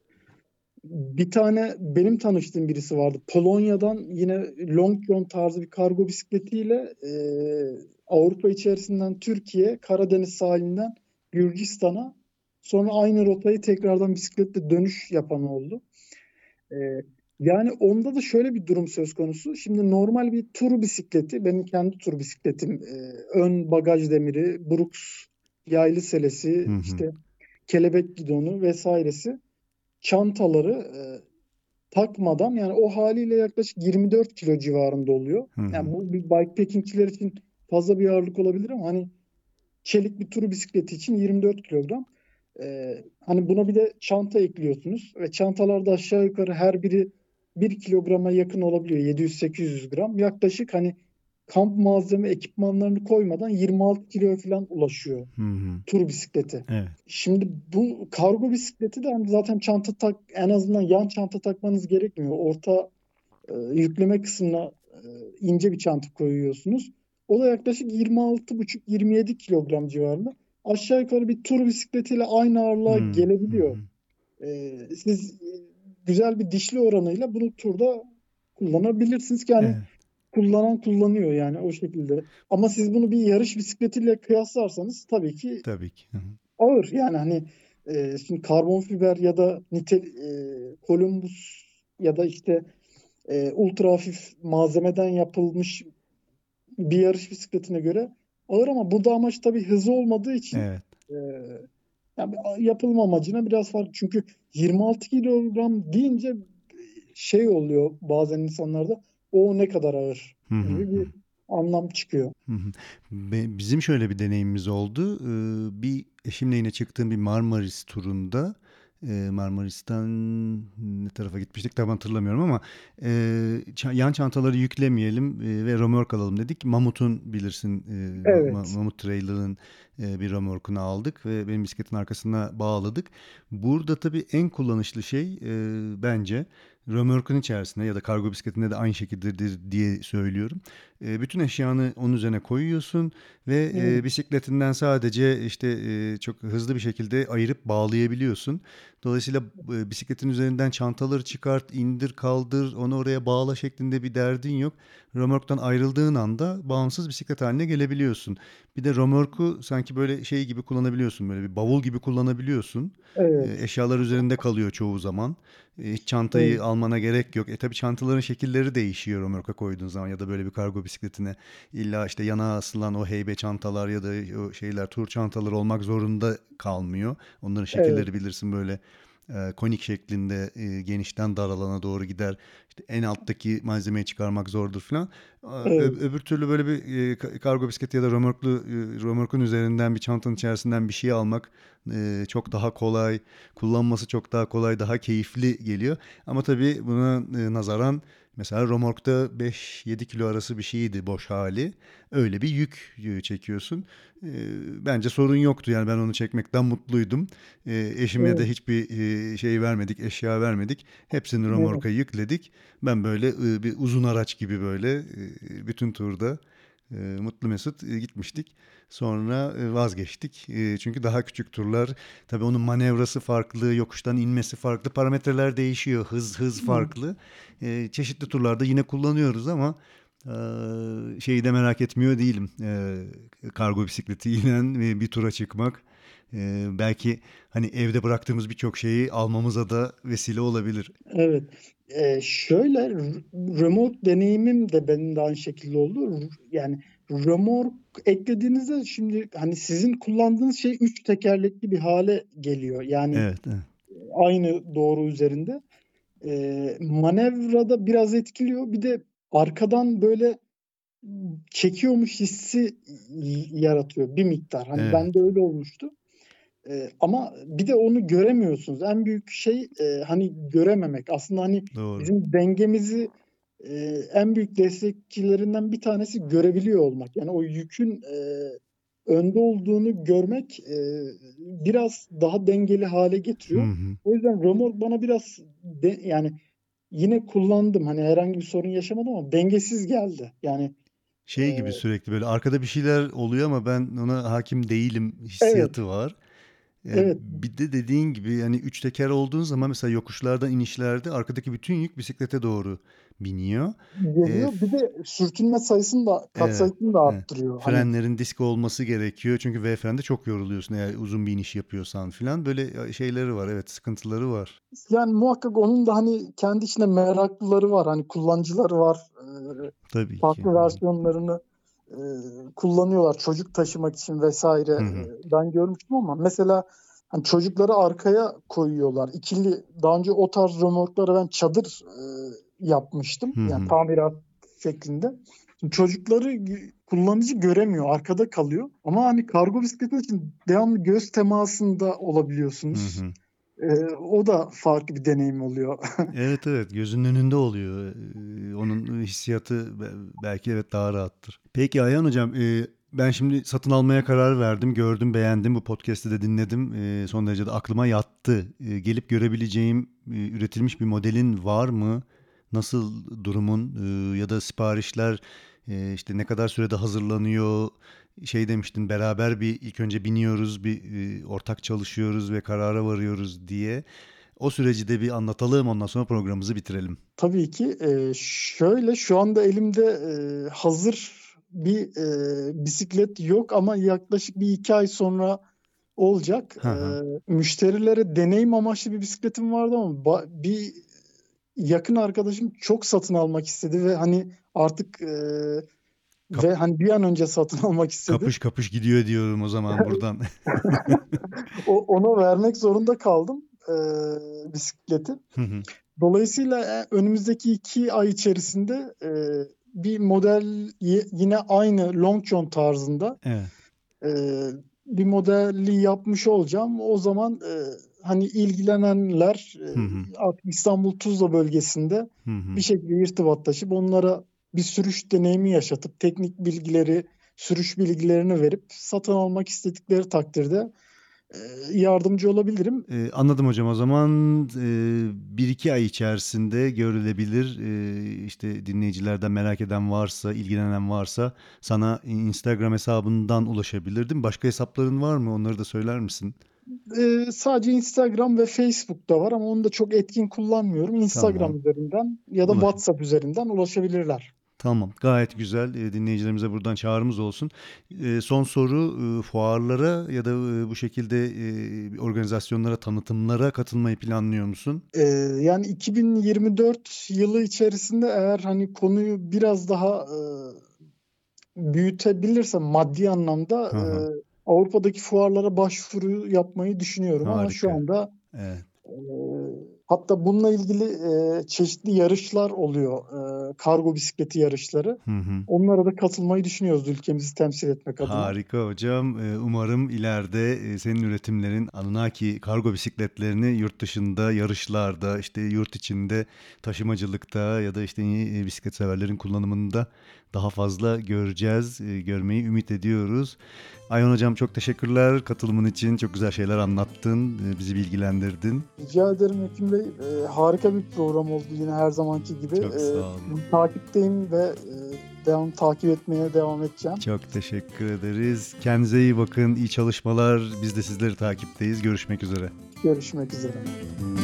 bir tane benim tanıştığım birisi vardı. Polonya'dan yine Long John tarzı bir kargo bisikletiyle e, Avrupa içerisinden Türkiye, Karadeniz sahilinden Gürcistan'a sonra aynı rotayı tekrardan bisikletle dönüş yapan oldu. Ee, yani onda da şöyle bir durum söz konusu. Şimdi normal bir tur bisikleti, benim kendi tur bisikletim, e, ön bagaj demiri, Brooks yaylı Hı selesi, hı, işte kelebek gidonu vesairesi, çantaları e, takmadan yani o haliyle yaklaşık yirmi dört kilo civarında oluyor. hı Yani hı. bu bir bikepackingçiler için fazla bir ağırlık olabilir ama hani çelik bir tur bisikleti için yirmi dört kilogram. Ee, hani buna bir de çanta ekliyorsunuz ve çantalarda aşağı yukarı her biri bir kilograma yakın olabiliyor. yedi yüz sekiz yüz gram. Yaklaşık hani kamp malzeme ekipmanlarını koymadan yirmi altı kiloya falan ulaşıyor Hı hı. tur bisikleti. Evet. Şimdi bu kargo bisikleti de hani zaten çanta tak en azından yan çanta takmanız gerekmiyor. Orta e, yükleme kısmına e, ince bir çanta koyuyorsunuz. O da yaklaşık yirmi altı buçuk yirmi yedi kilogram civarında. Aşağı yukarı bir tur bisikletiyle aynı ağırlığa Hı hı. gelebiliyor. Hı. E, siz e, güzel bir dişli oranıyla bunu turda kullanabilirsiniz ki hani Evet. kullanan kullanıyor yani o şekilde. Ama siz bunu bir yarış bisikletiyle kıyaslarsanız tabii ki Tabii ki. Hı hı. ağır. Yani hani e, şimdi karbon fiber ya da nitel e, Columbus ya da işte e, ultra hafif malzemeden yapılmış bir yarış bisikletine göre ağır, ama burada amaç tabii hızı olmadığı için Evet. e, yani yapılma amacına biraz farklı. Çünkü yirmi altı kilogram deyince şey oluyor bazen insanlarda, o ne kadar ağır Hı hı gibi hı. bir anlam çıkıyor. Hı hı. Be- Bizim şöyle bir deneyimimiz oldu. Ee, Bir eşimle yine çıktığım bir Marmaris turunda e, Marmaris'ten ne tarafa gitmiştik tam hatırlamıyorum ama e, ça- yan çantaları yüklemeyelim e, ve römork alalım dedik. Mamut'un bilirsin e, Ma- Ma- Evet. Mamut Trailer'ın e, bir römorkunu aldık ve benim bisikletin arkasına bağladık. Burada tabii en kullanışlı şey e, bence römorkun içerisinde ya da kargo bisikletinde de aynı şekildedir diye söylüyorum. E, bütün eşyanı onun üzerine koyuyorsun ve Evet. e, bisikletinden sadece işte e, çok hızlı bir şekilde ayırıp bağlayabiliyorsun. Dolayısıyla e, bisikletin üzerinden çantaları çıkart, indir, kaldır, onu oraya bağla şeklinde bir derdin yok. Römorktan ayrıldığın anda bağımsız bisiklet haline gelebiliyorsun. Bir de römorku sanki böyle şey gibi kullanabiliyorsun, böyle bir bavul gibi kullanabiliyorsun. E, Evet. eşyalar üzerinde kalıyor çoğu zaman. E, Hiç çantayı Evet. almana gerek yok. E tabii çantaların şekilleri değişiyor römorka koyduğun zaman ya da böyle bir kargo bisikletine illa işte yana asılan o heybe çantalar ya da o şeyler tur çantaları olmak zorunda kalmıyor. Onların Evet. şekilleri bilirsin böyle e, konik şeklinde e, genişten dar alana doğru gider. İşte en alttaki malzemeyi çıkarmak zordur falan. Ö- Evet. öbür türlü böyle bir e, ka- kargo bisikleti ya da römorklu e, römorkun üzerinden bir çantanın içerisinden bir şey almak e, çok daha kolay, kullanması çok daha kolay, daha keyifli geliyor. Ama tabii buna e, nazaran mesela römorkta beş yedi kilo arası bir şeydi boş hali. Öyle bir yük e, çekiyorsun. E, Bence sorun yoktu yani ben onu çekmekten mutluydum. E, eşimle de Evet. hiçbir e, şey vermedik, eşya vermedik. Hepsini Evet. römorka yükledik. Ben böyle e, bir uzun araç gibi böyle e, bütün turda e, mutlu mesut e, gitmiştik. Sonra e, vazgeçtik. E, çünkü daha küçük turlar, tabii onun manevrası farklı, yokuştan inmesi farklı, parametreler değişiyor, hız hız farklı. E, çeşitli turlarda yine kullanıyoruz ama e, şeyi de merak etmiyor değilim. E, kargo bisikletiyle bir tura çıkmak. E, belki hani evde bıraktığımız birçok şeyi almamıza da vesile olabilir. Evet. Ee, şöyle r- remote deneyimim de benim de aynı şekilde oldu. R- Yani remork eklediğinizde şimdi hani sizin kullandığınız şey üç tekerlekli bir hale geliyor. Yani Evet, evet. aynı doğru üzerinde. Ee, manevrada biraz etkiliyor. Bir de arkadan böyle çekiyormuş hissi y- yaratıyor bir miktar. Hani Evet, bende öyle olmuştu. Ee, ama bir de onu göremiyorsunuz. En büyük şey e, hani görememek. Aslında hani doğru. bizim dengemizi e, en büyük destekçilerinden bir tanesi görebiliyor olmak. Yani o yükün e, önde olduğunu görmek e, biraz daha dengeli hale Hı getiriyor. hı. O yüzden römork bana biraz de, yani yine kullandım. Hani herhangi bir sorun yaşamadım ama dengesiz geldi. Yani Şey e, gibi sürekli böyle arkada bir şeyler oluyor ama ben ona hakim değilim evet, hissiyatı var. E, evet, bir de dediğin gibi yani üç teker olduğun zaman mesela yokuşlarda inişlerde arkadaki bütün yük bisiklete doğru biniyor. E, geliyor. Bir de sürtünme sayısını da Evet. katsayısını da Evet. arttırıyor. Hani Frenlerin disk olması gerekiyor. Çünkü V frende çok yoruluyorsun eğer uzun bir iniş yapıyorsan filan. Böyle e, şeyleri var. Evet, sıkıntıları var. yani muhakkak onun da hani kendi içinde meraklıları var. Hani kullanıcıları var. Ee, Tabii ki. farklı versiyonlarını e, kullanıyorlar çocuk taşımak için vesaire. Hı hı. Ee, ben görmüştüm ama mesela hani çocukları arkaya koyuyorlar. İkili daha önce o tarz römorklara ben çadır e, yapmıştım. Hı Yani hı. tamirat şeklinde. Şimdi çocukları g- kullanıcı göremiyor, arkada kalıyor. Ama hani kargo bisikleti için devamlı göz temasında Hı olabiliyorsunuz. hı. Ee, o da farklı bir deneyim oluyor. Evet, evet, gözünün önünde oluyor. Ee, Onun hissiyatı be- belki evet daha rahattır. Peki Ayhan Hocam, e, ben şimdi satın almaya karar verdim. Gördüm, beğendim. Bu podcast'i de dinledim. E, Son derece de aklıma yattı. E, Gelip görebileceğim e, üretilmiş bir modelin var mı? Nasıl durumun? E, Ya da siparişler e, işte ne kadar sürede hazırlanıyor? Şey demiştin, beraber bir ilk önce biniyoruz, bir e, ortak çalışıyoruz ve karara varıyoruz diye. O süreci de bir anlatalım, ondan sonra programımızı bitirelim. Tabii ki. Ee, şöyle şu anda elimde e, hazır bir e, bisiklet yok ama yaklaşık bir iki ay sonra olacak. Hı hı. Ee, müşterilere deneyim amaçlı bir bisikletim vardı ama ba- bir yakın arkadaşım çok satın almak istedi ve hani artık e, Kap- ve hani bir an önce satın almak istedi. kapış kapış gidiyor diyorum o zaman buradan. O, ona vermek zorunda kaldım e, bisikleti. Hı hı. Dolayısıyla e, önümüzdeki iki ay içerisinde e, bir model y- yine aynı Long John tarzında Evet. e, bir modeli yapmış olacağım. O zaman e, hani ilgilenenler e, Hı hı. artık İstanbul Tuzla bölgesinde Hı hı. bir şekilde irtibatlaşıp onlara bir sürüş deneyimi yaşatıp teknik bilgileri, sürüş bilgilerini verip satın almak istedikleri takdirde e, yardımcı olabilirim. Ee, anladım hocam. O zaman e, bir iki ay içerisinde görülebilir. Ee, işte dinleyicilerden merak eden varsa, ilgilenen varsa sana Instagram hesabından ulaşabilir, değil mi? Başka hesapların var mı? Onları da söyler misin? Ee, sadece Instagram ve Facebook'ta var ama onu da çok etkin kullanmıyorum. Instagram Tamam. üzerinden ya da Ulaş. WhatsApp üzerinden ulaşabilirler. Tamam. Gayet güzel. Ee, dinleyicilerimize buradan çağrımız olsun. Ee, son soru, e, fuarlara ya da e, bu şekilde e, organizasyonlara, tanıtımlara katılmayı planlıyor musun? Ee, yani iki bin yirmi dört yılı içerisinde eğer hani konuyu biraz daha e, büyütebilirsem maddi anlamda Hı e, hı. Avrupa'daki fuarlara başvuru yapmayı düşünüyorum ama şu Harika. anda Evet. e, hatta bununla ilgili e, çeşitli yarışlar oluyor. E, kargo bisikleti yarışları. Hı hı. Onlara da katılmayı düşünüyoruz ülkemizi temsil etmek adına. Harika hocam. Ee, Umarım ileride e, senin üretimlerin Anunnaki kargo bisikletlerini yurt dışında yarışlarda, işte yurt içinde taşımacılıkta ya da işte e, bisiklet severlerin kullanımında daha fazla göreceğiz, e, görmeyi ümit ediyoruz. Ayhan hocam çok teşekkürler katılımın için. Çok güzel şeyler anlattın, e, bizi bilgilendirdin. Rica ederim Ekim Bey. Ee, harika bir program oldu yine her zamanki gibi. Çok sağ Ee, olun. takipteyim ve e, devam takip etmeye devam edeceğim. Çok teşekkür ederiz. Kendinize iyi bakın, iyi çalışmalar. Biz de sizleri takipteyiz. Görüşmek üzere. Görüşmek üzere.